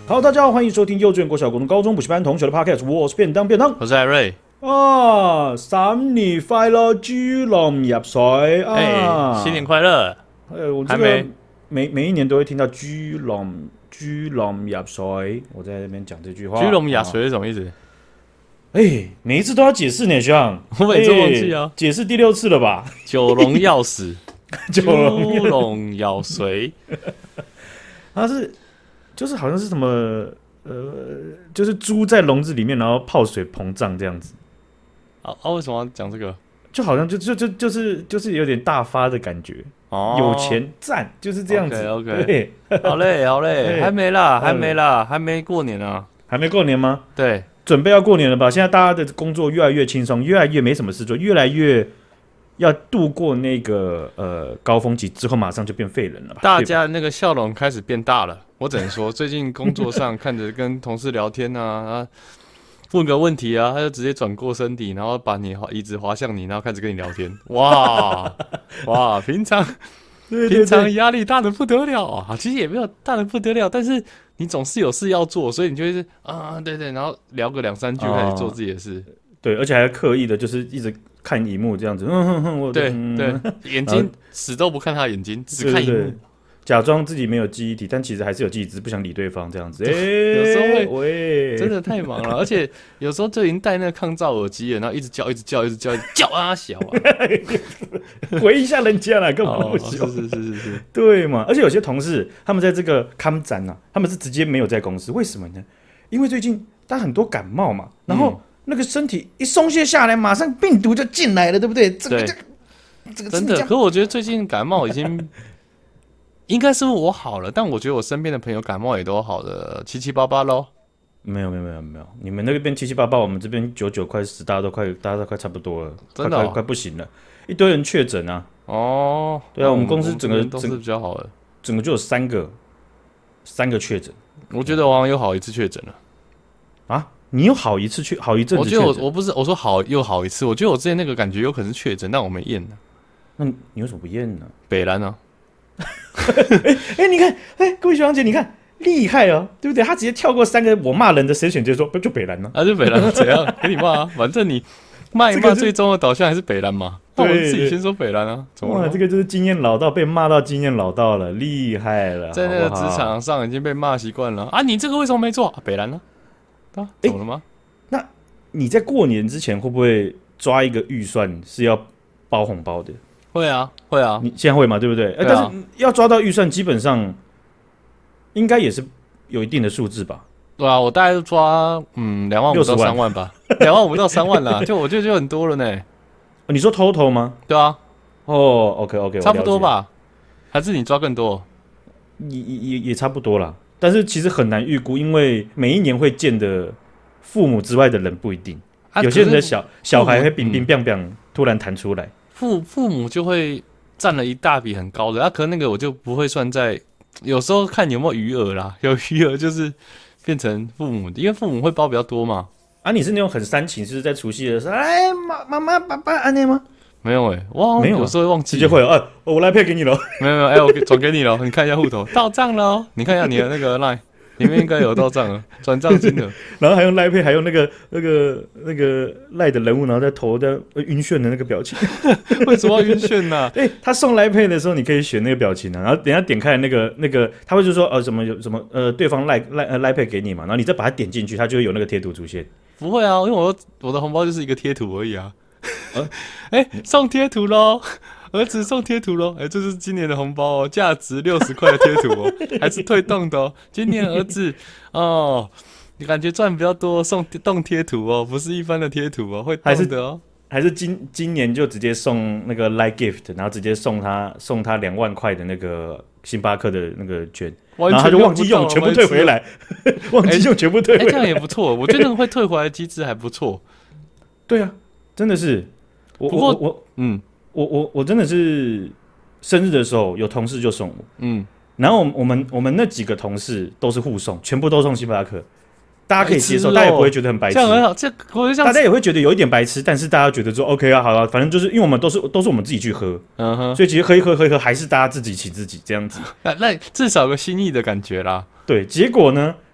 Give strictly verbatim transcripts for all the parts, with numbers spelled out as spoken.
Hello， 大家好，欢迎收听幼稚园、国小、国中、高中补习班同学的 Podcast， 我是便当便当， 我是艾瑞。 啊，三年快樂，豬籠入水啊！ 哎，新年快樂！ 呃，我这个每每一年都会听到豬籠豬籠入水，我在那边講這句話。 豬籠入水是什麼意思？ 哎、欸，每一次都要解釋呢，學長。 我每次忘記啊， 欸、解釋第六次了吧？ 九龍要死， 九龍要水， 它是就是好像是什麼呃，就是豬在籠子裡面，然後泡水膨脹這樣子。 啊啊！為什麼要講這個？ 就好像就就就就是就是有點大發的感覺，哦，有錢賺就是這樣子。 OK OK，好嘞好嘞，還沒啦還沒啦，還沒過年啊？ 還沒過年嗎？ 對， 準備要過年了吧？現在大家的工作越來越輕鬆，越來越沒什麼事做，越來越要度過那個呃高峰期之後，馬上就變廢人了吧？ 大家那個笑容開始變大了。我只能說，最近工作上看着跟同事聊天啊，啊問個問題啊，他就直接轉過身體，然後把你椅子滑向你，然後開始跟你聊天。哇哇，平常對對對平常壓力大的不得了啊，其實也沒有大的不得了，但是你總是有事要做，所以你就會是啊，對對，然後聊個兩三句，開始做自己的事。 對，而且還刻意的，就是一直看熒幕這樣子。嗯哼哼，我對、 嗯、 對，眼睛死都不看他的眼睛，只看熒幕。 對對對，假裝自己沒有記憶體，但其實還是有記憶，只是不想理對方這樣子。欸、 有時候會， 真的太忙了，而且有時候就已經戴那個抗噪耳機了，然後一直叫，一直叫，一直叫，一直叫啊小啊， 回一下人家啦，幹嘛不行？ 哦、是是是是是， 對嘛？而且有些同事他們在這個看展啊，他們是直接沒有在公司，為什麼呢？因為最近大家很多感冒嘛，然後那個身體一鬆懈下來，馬上病毒就進來了，對不對？這個、 對， 這個、 真的。可我覺得最近感冒已經。應該是我好了，但我覺得我身邊的朋友感冒也都好的七七八八咯。 沒有沒有沒有沒有，你們那邊七七八八，我們這邊九九快十，大家都快大家都快差不多了， 真的、哦、 快, 快, 快不行了，一堆人確診啊。哦，對啊，我們公司整個都是比較好的， 整個就有三個三個確診。 我覺得我好像又好一次確診了。 啊？你有好一次確好一陣子確診？ 我覺得我我不是我說好又好一次，我覺得我之前那個感覺有可能是確診，但我沒驗呢。 那你為什麼不驗呢？ 北蘭啊。 哎哎，你看，哎，各位學長姐，你看厲害哦，對不對？他直接跳過三個我罵人的篩選，直接說不就北蘭呢？ 啊，就北蘭怎樣？給你罵啊，反正你罵一罵，最終的導向還是北蘭嘛。那我自己先說北蘭啊。 哇，這個就是經驗老道，被罵到經驗老道了，厲害了。 在那個職場上已經被罵習慣了啊！你這個為什麼沒做？啊、北蘭呢？啊，怎麼了嗎？ 那你在過年之前會不會抓一個預算是要包紅包的？ 會啊，會啊， 你現在會嘛？對不對？對啊、但是要抓到預算，基本上應該也是有一定的數字吧？ 對啊，我大概就抓嗯兩萬五到三萬吧，兩萬五到三萬啦，就我覺得就很多了呢。你說 total 嗎？ 對啊。哦 ，OK OK， 差不多吧？還是你抓更多？ 也也也差不多啦。但是其實很難預估，因為每一年會見的父母之外的人不一定，啊、有些人的小小孩會冰冰冰冰突然彈出來。父父母就會佔了一大筆很高的，啊，可能那個我就不會算在，有時候看有沒有餘額啦，有餘額就是變成父母的，因為父母會包比較多嘛。啊，你是那種很煽情，就是在除夕的時候，哎，媽媽媽爸爸安內嗎？沒有誒、欸，哇，沒有，有時候會忘記，直接會有，哎、啊，我來配給你了，沒有沒有，哎、欸，我轉給你了，你看一下戶頭到賬了哦，你看一下你的那個 line。裡面應該有到賬了，轉賬金額，然後還用賴配，還用那個那個那個賴的人物，然後在頭在暈眩的那個表情，為什麼要暈眩呢、啊？哎、欸，他送賴配的時候，你可以選那個表情啊，然後等一下點開那個那個，他會就說呃什麼有什麼呃對方賴賴呃賴配給你嘛，然後你再把它點進去，它就會有那個貼圖出現。不會啊，因為我我的紅包就是一個貼圖而已啊。哎、欸，送貼圖咯。兒子送貼圖咯，哎、欸，這是今年的紅包哦，價值六十塊的貼圖哦，還是退動的哦。今年兒子哦，你感覺賺比較多，送動貼圖哦，不是一般的貼圖哦，會動的哦。還是，還是今今年就直接送那個 Like Gift， 然後直接送他送他兩萬塊的那個星巴克的那個券，然後他就忘記用，全部退回來，忘記用全部退回來。哎、欸欸，這樣也不錯，我覺得那個會退回來的機制還不錯。對啊，真的是。我不過我，我嗯。我我我真的是生日的時候有同事就送我，嗯，然後我們我們那幾個同事都是互送，全部都送星巴克，大家可以接受，大家也不會覺得很白痴，這樣很好，這我就大家也會覺得有一點白痴，但是大家覺得說 OK 啊，好了，反正就是因為我們都是都是我們自己去喝，嗯哼，所以其實喝一喝喝一喝還是大家自己請自己這樣子，那那至少有個心意的感覺啦。對，結果呢，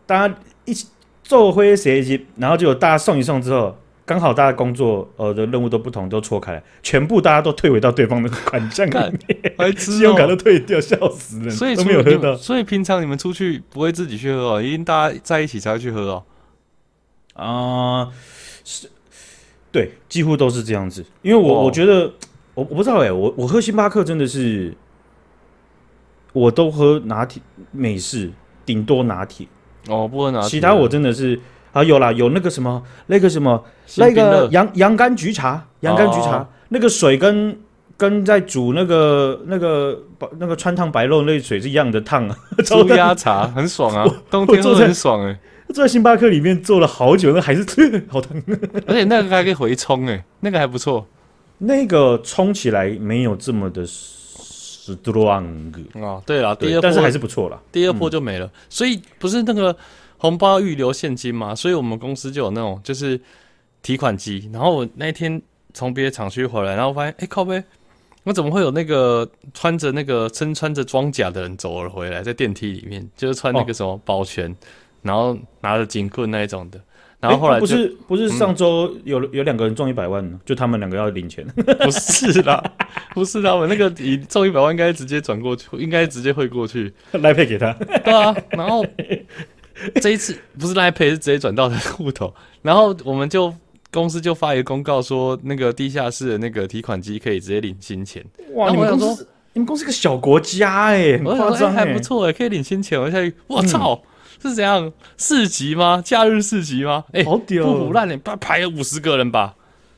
大家一起做会学习，然后就大家送一送之后，刚好大家工作呃的任务都不同，都错开了，全部大家都退回到对方的款项里面， 哦、 信用卡都退掉，笑死人， 所以都没有喝到。 所以平常你们出去不会自己去喝哦，一定大家在一起才会去喝哦。 啊、呃，是，对，几乎都是这样子。因为我、哦、我觉得，我我不知道哎、欸，我我喝星巴克真的是，我都喝拿铁、美式，顶多拿铁。 哦，不喝拿铁， 其他我真的是啊，有啦，有那个什么，那个什么，那个洋洋甘菊茶，洋甘菊茶，哦、那个水跟跟在煮那个那个那个川烫白肉那水是一样的烫啊。 猪鸭茶很爽啊，冬天喝很爽哎、欸。 坐在星巴克里面坐了好久，那还是好烫， 而且那个还可以回冲哎、欸，那个还不错。 那个冲起来没有这么的 strong 哦，对了，第二波但是还是不错啦。 第二波就没了，嗯、所以不是那个红包预留现金嘛？所以我们公司就有那种就是提款机。然后我那一天从别的厂区回来，然后发现哎、欸、靠北，我怎么会有那个穿着那个身穿着装甲的人走了回来，在电梯里面，就是穿那个什么保全。哦，然后拿着警棍那一种的，然后后来就、 欸、不是不是上周有、嗯、有两个人中一百万，就他们两个要领钱， 不是啦，不是他们那个中一百万应该直接转过去，应该直接汇过去， 来配给他， 对啊，然后这一次不是来配，是直接转到他的户头，然后我们就公司就发一个公告说，那个地下室的那个提款机可以直接领新钱。 哇，你们公司你们公司是个小国家哎、欸，很夸张哎， 还不错哎、欸，可以领新钱。我下去，我操！嗯，是怎样市集吗？假日市集吗？哎、欸， 好屌、哦！ 不胡烂嘞，排了五十个人吧。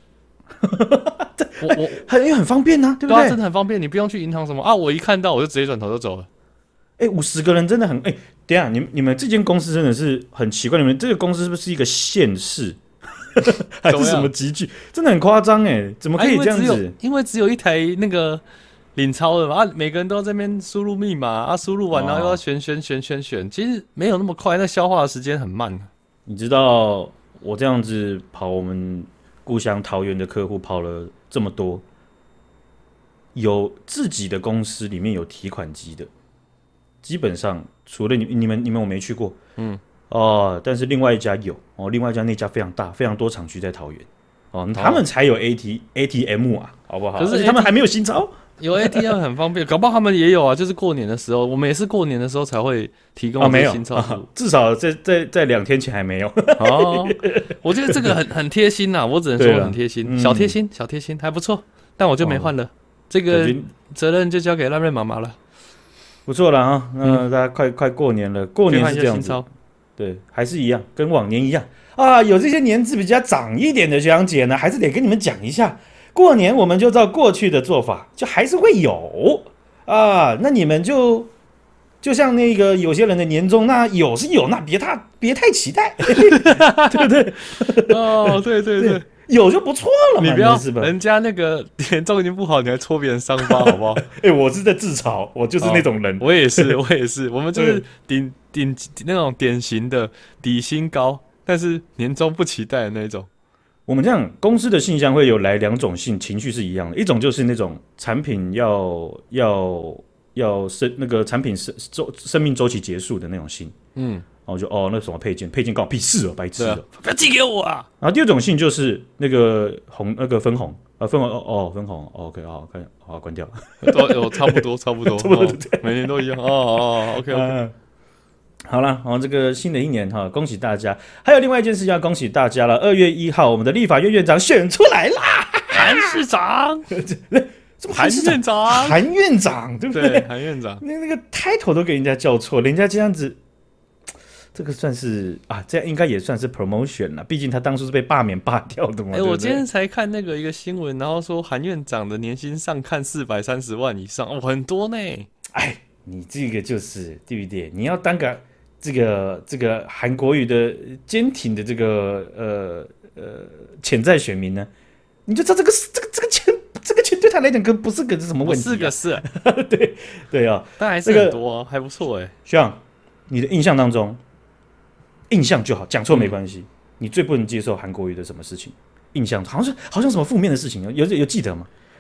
我我很因为很方便呐、啊，对不对？ 对啊，真的很方便，你不用去银行什么啊。我一看到我就直接转头就走了。 哎、欸，五十个人真的很哎、欸，等一下，你们你们这间公司真的是很奇怪，你们这个公司是不是一个县市，还是什么集聚？真的很夸张哎，怎么可以这样子？ 啊、因, 为因为只有一台那个。领钞的嘛，啊，每个人都在那边输入密码啊，输入完然后又要选选选选选，其实没有那么快，那消化的时间很慢。 你知道我这样子跑我们故乡桃园的客户跑了这么多，有自己的公司里面有提款机的，基本上除了你你们你们我没去过，嗯，哦，但是另外一家有哦，另外一家那家非常大，非常多厂区在桃园哦，他们才有 A T A T M 啊，好不好？可是他们还没有新钞。 有 A T M 很方便，搞不好他们也有啊。就是过年的时候，我们也是过年的时候才会提供这新钞、啊啊，至少在在在两天前还没有。 哦，我觉得这个很很贴心呐，我只能说很贴心，小贴心，小贴心还不错。但我就没换了，哦、这个责任就交给赖瑞妈妈了。 不错了啊，那大家快、嗯、快过年了，过年是这样子，对，还是一样，跟往年一样啊。有这些年纪比较长一点的学长姐呢，还是得跟你们讲一下。过年我们就照过去的做法，就还是会有啊。那你们就就像那个有些人的年终，那有是有，那别太别太期待，对不对？ 哦，对对 对, 对， 有就不错了嘛。 你不要是吧？ 人家那个年终已经不好，你还戳别人伤疤，好不好？ 哎、欸，我是在自嘲，我就是那种人。 哦、我也是，我也是，我们就是顶顶那种典型的底薪高，但是年终不期待的那种。 我们这样公司的信箱会有来两种信，情绪是一样的。一种就是那种产品要要要生那个产品生周生命周期结束的那种信，嗯，然后就哦那什么配件配件告屁事哦，白痴哦， 不要寄给我啊。 然后第二种信就是那个红那个分红啊分红哦哦分红、哦、OK 好看好关掉， 都差不多差不多差不多、哦，每年都一样哦哦 OK OK、啊。 好了，好，这个新的一年哈，恭喜大家！还有另外一件事要恭喜大家了，二月一号，我们的立法院院长选出来啦， 韩市长， 什么韩院长？ 韩院长，对不对？ 对，韩院长， 那那个 title 都给人家叫错，人家这样子，这个算是啊，这样应该也算是 promotion 了，毕竟他当初是被罢免罢掉的嘛。哎、 欸，我今天才看那个一个新闻，然后说韩院长的年薪上看四百三十万以上，哦，很多呢。 哎，你这个就是对不对？你要当个。这个这个韩国瑜的坚挺的这个呃呃潜在选民呢，你就知道这个这个这个钱这个钱对他来讲跟不是个什么问题、啊， 不是个事， 对对啊， 但还是很多、啊這個、还不错哎。 学长，你的印象当中，印象就好，讲错没关系、嗯。你最不能接受韩国瑜的什么事情？印象好像是好像什么负面的事情，有有有记得吗？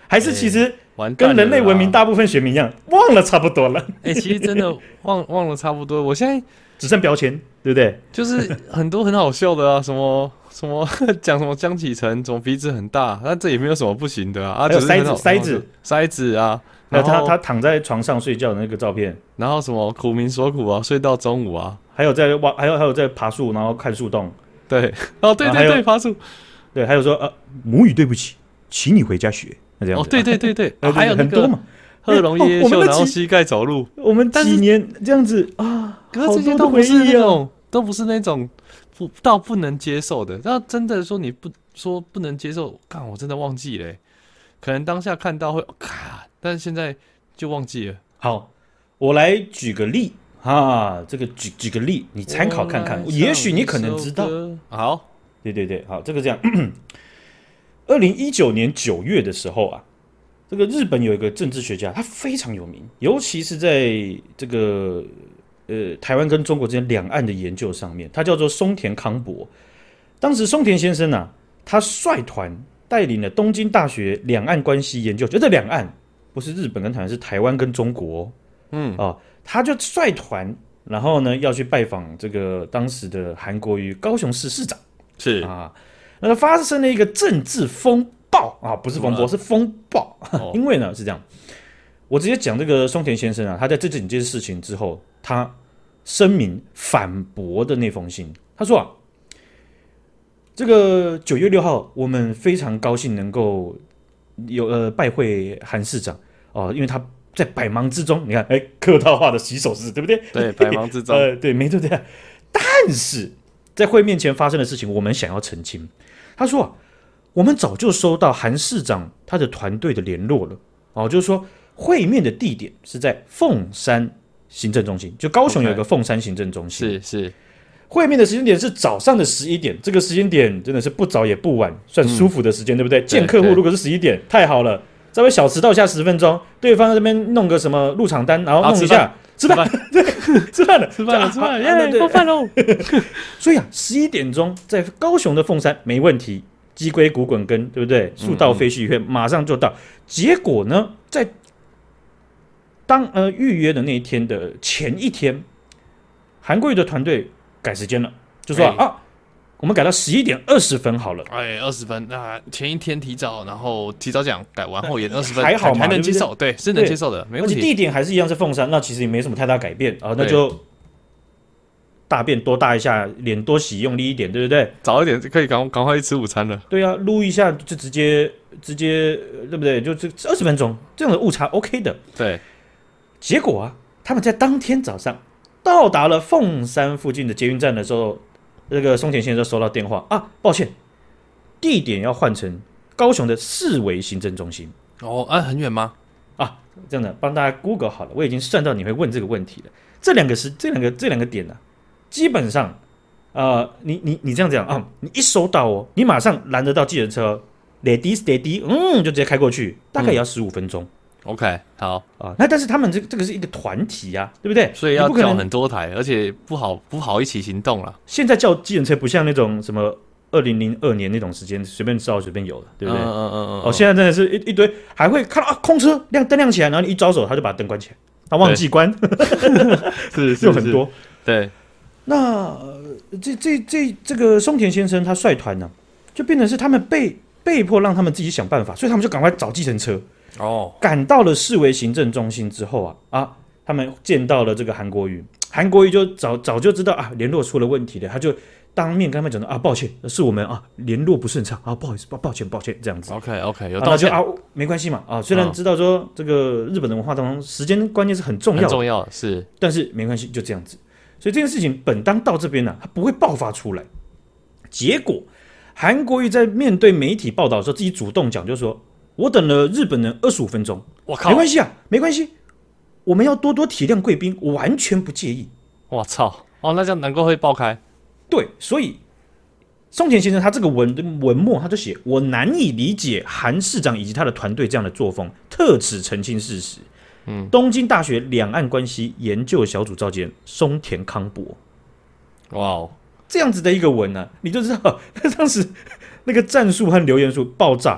还是其实完蛋了啦跟人类文明大部分选民一样，忘了差不多了？ 哎、欸，其实真的忘忘了差不多。我现在只剩标签，对不对？ 就是很多很好笑的啊，什么什么讲什么江启臣，怎么鼻子很大，那这也没有什么不行的啊。啊， 还有只是很好塞子塞子塞子啊， 还有他然后他躺在床上睡觉的那个照片， 然后什么苦民所苦啊，睡到中午啊， 还有在挖，还有还有在爬树，然后看树洞。 对，哦对对对，爬树， 对，还有说呃母语对不起，请你回家学。那这样子哦对对对对， 呃还有那个很多嘛。 贺龙夜夜秀， 哦我们的几然后膝盖走路， 我们但是几年这样子啊， 可是好这些都不多的回忆啊。 是那种，都不是那种不到不能接受的。那真的说你不说不能接受，干我真的忘记了欸，可能当下看到会咔，但是现在就忘记了。 好，我来举个例啊，这个举举个例，你参考看看，也许你可能知道。 好， 对对对，好，这个这样。二零一九年九月的时候啊，这个日本有一个政治学家，他非常有名，尤其是在这个呃台湾跟中国之间两岸的研究上面，他叫做松田康博。当时松田先生啊，他率团带领了东京大学两岸关系研究，就这两岸不是日本跟台湾，是台湾跟中国哦。嗯啊，他就率团，然后呢要去拜访这个当时的韩国瑜高雄市市长， 是啊，那发生了一个政治风暴啊，不是风波，是风暴。哦、因为呢是这样，我直接讲这个松田先生啊，他在这整件事情之后，他声明反驳的那封信，他说啊，这个九月六号，我们非常高兴能够有呃拜会韩市长哦、呃，因为他在百忙之中，你看，哎，客套话的洗手式，对不对？ 对，百忙之中， 呃，对，没错，对。但是在会面前发生的事情，我们想要澄清。他说啊，我们早就收到韩市长他的团队的联络了，哦，就是说会面的地点是在凤山行政中心，就高雄有一个凤山行政中心， okay, 是是。 会面的时间点是早上的十一点，这个时间点真的是不早也不晚，算舒服的时间，嗯、对不对？见客户如果是十一点，太好了。稍微小迟到下十分钟，对方在那边弄个什么入场单，然后弄一下，吃饭，对，吃饭了， 吃饭了，吃饭了，耶，过饭喽。 所以啊，十一点钟在高雄的凤山没问题，鸡龟骨滚根，对不对？树到废墟医马上就到。结果呢，在当呃预约的那一天的前一天，韩国瑜的团队改时间了，就说、欸、啊。我们改到十一点二十分好了。 哎，二十分，那前一天提早，然后提早讲，改完后延二十分， 还好嘛， 还能接受，对，是能接受的，没问题。 而且地点还是一样是凤山，那其实也没什么太大改变啊，那就大便多大一下，脸多洗用力一点，对不对？ 早一点就可以赶赶快去吃午餐了。 对啊，撸一下就直接直接，对不对？就这二十分钟这样的误差 OK 的。 对， 结果啊，他们在当天早上到达了凤山附近的捷运站的时候。这个松田先生收到电话啊，抱歉，地点要换成高雄的四维行政中心。 哦，啊，很远吗？ 啊，这样的帮大家 Google 好了，我已经算到你会问这个问题了。这两个是这两个这两个点呢、啊，基本上，呃，你你你这样讲啊，你一收到哦，你马上拦得到计程车 ，ready steady， 嗯，就直接开过去，大概也要十五分钟。嗯 OK， 好啊，那但是他们这这个是一个团体啊，对不对？ 所以要叫很多台，而且不好不好一起行动了。 现在叫计程车不像那种什么二零零二年那种时间，随便招随便有的，对不对？嗯嗯嗯嗯。哦，现在真的是一一堆，还会看到啊空车亮灯亮起来，然后你一招手他就把灯关起来，他忘记关， 是是有很多。 对， 那这这这这个松田先生他率团呢、啊，就变成是他们被被迫让他们自己想办法，所以他们就赶快找计程车。哦，赶到了市委行政中心之后啊啊，他们见到了这个韩国瑜，韩国瑜就早早就知道啊联络出了问题了，他就当面跟他们讲啊，抱歉，是我们啊联络不顺畅啊，不好意思，抱抱歉抱歉这样子。 OK OK， 有道歉啊，没关系嘛啊，虽然知道说这个日本的文化当中时间观念是很重要的， 很重要是， 但是没关系，就这样子。所以这件事情本当到这边呢、啊，它不会爆发出来。结果韩国瑜在面对媒体报道的时候，自己主动讲，就说。我等了日本人二十五分钟， 我靠， 没关系啊，没关系，我们要多多体谅贵宾，我完全不介意。 我操，哦，那这样难怪会爆开。 对，所以松田先生他这个文文末他就写，我难以理解韩市长以及他的团队这样的作风，特此澄清事实。嗯，东京大学两岸关系研究小组召集人松田康博，哇哦，这样子的一个文呢、啊，你就知道，他当时那个战术和留言数爆炸。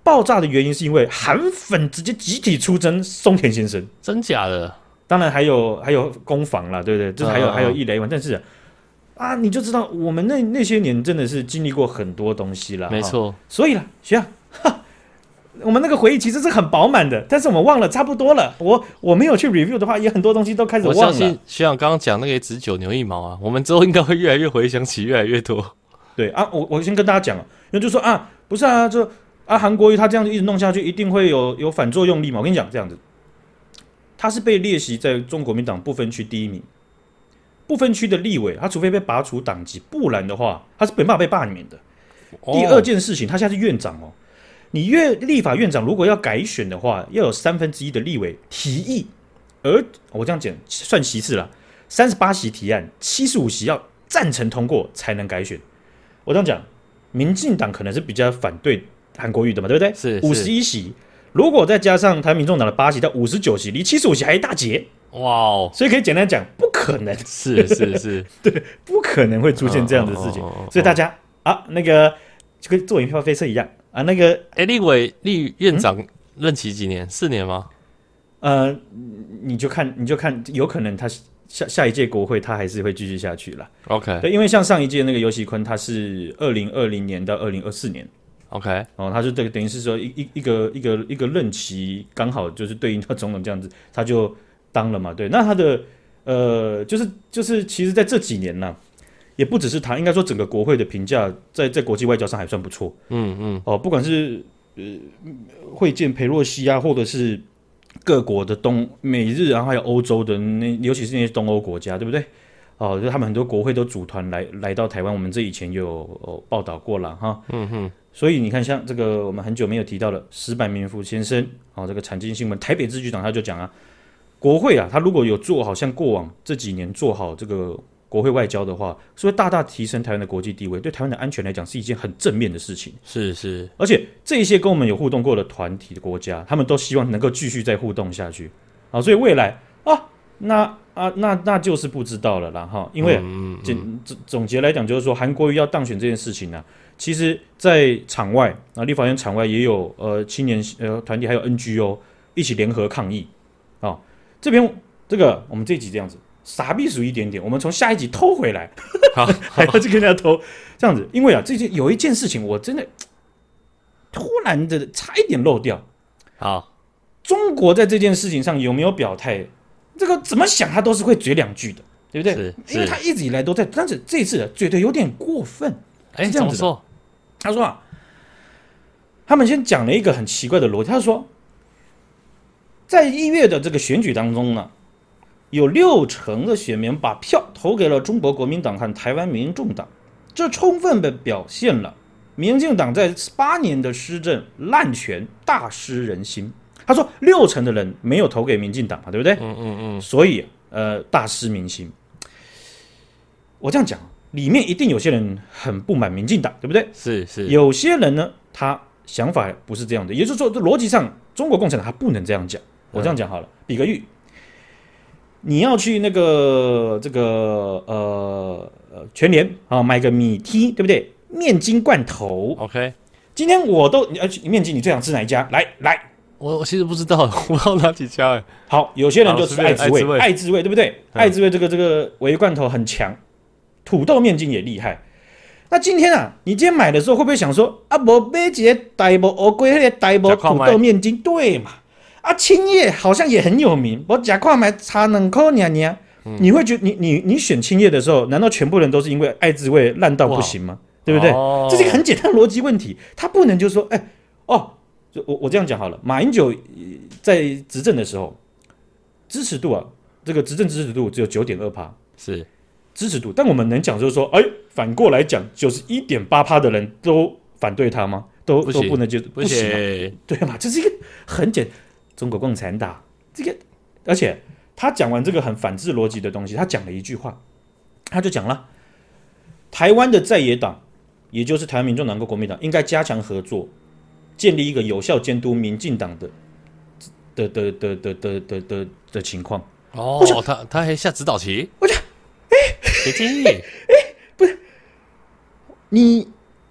爆炸的原因是因为韩粉直接集体出征松田先生， 真假的？ 当然还有还有攻防啦，对不对？就是还有、 嗯、 还有一雷丸，但是啊，你就知道我们那那些年真的是经历过很多东西啦， 没错。 所以啦，学长，我们那个回忆其实是很饱满的，但是我们忘了差不多了。我我没有去 review 的话，也很多东西都开始忘了。 我相信学长刚刚讲那个只九牛一毛啊，我们之后应该会越来越回想起越来越多。 对啊，我我先跟大家讲，因为就说啊，不是啊，就啊韩国瑜他这样子一直弄下去，一定会有有反作用力嘛。我跟你讲，这样子，他是被列席在中国民党不分区第一名，不分区的立委，他除非被拔除党籍，不然的话，他是没办法被罢免的。哦、第二件事情，他现在是院长哦。你越立法院长如果要改选的话，要有三分之一的立委提议，而我这样讲算席次啦，三十八席提案，七十五席要赞成通过才能改选。我这样讲，民进党可能是比较反对韩国瑜的嘛，对不对？ 是五十一席，如果再加上台湾民众党的八席，到五十九席，离七十五席还一大截。 哇哦！ 所以可以简单讲，不可能， 是是是， 对，不可能会出现这样的事情。哦哦哦哦所以大家啊，那个就跟坐云霄飞车一样。啊，那个， 哎，立委立院长任期几年？四年吗？ 呃，你就看，你就看，有可能他下下一届国会他还是会继续下去啦。 OK， 对，因为像上一届那个游锡堃，他是二零二零年到二零二四年。 OK， 哦，他就等等于是说一一一个一个一个任期刚好就是对应到总统这样子，他就当了嘛。对，那他的呃，就是就是，其实在这几年呢。也不只是他，应该说整个国会的评价在在国际外交上还算不错。 嗯嗯， 哦，不管是呃会见裴洛西啊，或者是各国的东美日，然后还有欧洲的那，尤其是那些东欧国家，对不对？哦，就他们很多国会都组团来来到台湾，我们这以前有、哦、报道过了哈。 嗯哼， 所以你看，像这个我们很久没有提到了石坂民夫先生，哦，这个产经新闻台北支局长他就讲啊，国会啊，他如果有做好像过往这几年做好这个。国会外交的话，是会大大提升台湾的国际地位，对台湾的安全来讲是一件很正面的事情。 是是， 而且这一些跟我们有互动过的团体的国家，他们都希望能够继续再互动下去。好，所以未来啊，那啊那那就是不知道了啦哈。因为嗯嗯嗯总结来讲，就是说韩国瑜要当选这件事情呢、啊，其实在场外啊，立法院场外也有呃青年呃团体还有 N G O 一起联合抗议啊、哦。这边这个我们这一集这样子。傻逼数一点点，我们从下一集偷回来， 好， 还要去跟人家偷这样子，因为啊，这件有一件事情，我真的突然的差一点漏掉。 好， 中国在这件事情上有没有表态？这个怎么想，他都是会嘴两句的，对不对？ 是， 因为他一直以来都在，但是这一次嘴的有点过分。 哎，怎么说？ 他说啊，他们先讲了一个很奇怪的逻辑，他说，在一月的这个选举当中呢。有六成的选民把票投给了中国国民党和台湾民众党，这充分的表现了民进党在八年的施政滥权，大失人心。他说六成的人没有投给民进党嘛，对不对？ 嗯嗯嗯。 所以呃，大失民心。我这样讲，里面一定有些人很不满民进党，对不对？ 是是。 有些人呢，他想法不是这样的，也就是说，逻辑上中国共产党他不能这样讲。我这样讲好了，比个喻。你要去那个这个呃呃全联啊买个米梯，对不对？面筋罐头 ，OK。 今天我都呃面筋，你最想吃哪一家？来来， 我我其实不知道，我不知道哪几家哎。 好，有些人就吃爱滋味，爱滋味对不对？嗯、爱滋味这个这个鲔鱼罐头很强，土豆面筋也厉害。那今天啊，你今天买的时候会不会想说啊，我买一个大波乌龟，那个大波土豆面筋，对嘛？啊，青叶好像也很有名，我假块买差两块娘娘，你会觉得你你你选青叶的时候，难道全部人都是因为爱滋味烂到不行吗？对不对？哦、这是一个很简单的逻辑问题，他不能就说，哎，哦，我我这样讲好了，马英九在执政的时候，支持度啊，这个执政支持度只有九点二趴， 是支持度，但我们能讲就是说，哎，反过来讲，九十一点八趴的人都反对他吗？都不都不能接受，不行，对嘛？这是一个很简。中国共产党这个，而且他讲完这个很反智逻辑的东西，他讲了一句话，他就讲了，台湾的在野党，也就是台湾民众党跟国民党，应该加强合作，建立一个有效监督民进党的的的的的的的的的情况。 哦，他他还下指导棋， 我讲，哎， 谁建议？哎， 不是你。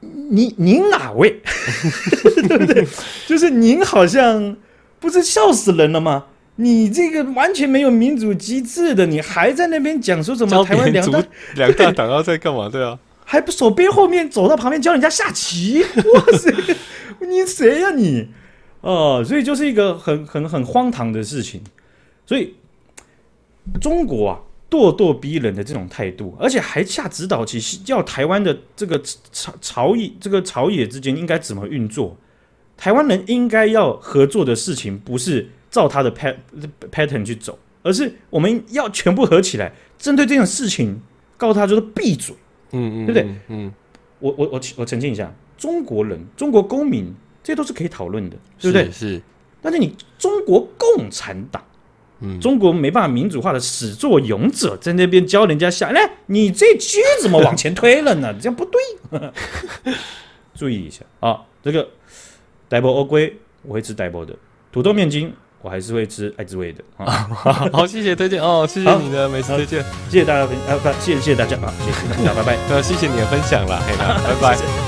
你您哪位？对不对？就是您好像不是笑死人了吗？你这个完全没有民主机制的，你还在那边讲说什么台湾两大两大党要在干嘛？对啊， 还不手边后面走到旁边教人家下棋？哇塞，你谁呀、啊、你？哦、呃，所以就是一个很很很荒唐的事情。所以中国啊，咄咄逼人的这种态度，而且还下指导棋，叫台湾的这个朝朝野这个朝野之间应该怎么运作。台湾人应该要合作的事情，不是照他的 pattern 去走，而是我们要全部合起来，针对这种事情，告诉他就是闭嘴， 嗯嗯， 对不对？ 嗯， 我我我我澄清一下，中国人、中国公民，这些都是可以讨论的，对不对？ 是。 但是你中国共产党，嗯，中国没办法民主化的始作俑者，在那边教人家下，哎，你这局怎么往前推了呢？这样不对，注意一下啊，这个。呆波欧龟我会吃呆波的，土豆面筋我还是会吃爱滋味的啊。 好，谢谢推荐哦，谢谢你的美食推荐， 谢谢大家分，呃不，谢谢谢谢大家啊，谢谢大家，拜拜。 呃，谢谢你的分享啦，嘿啦，拜拜。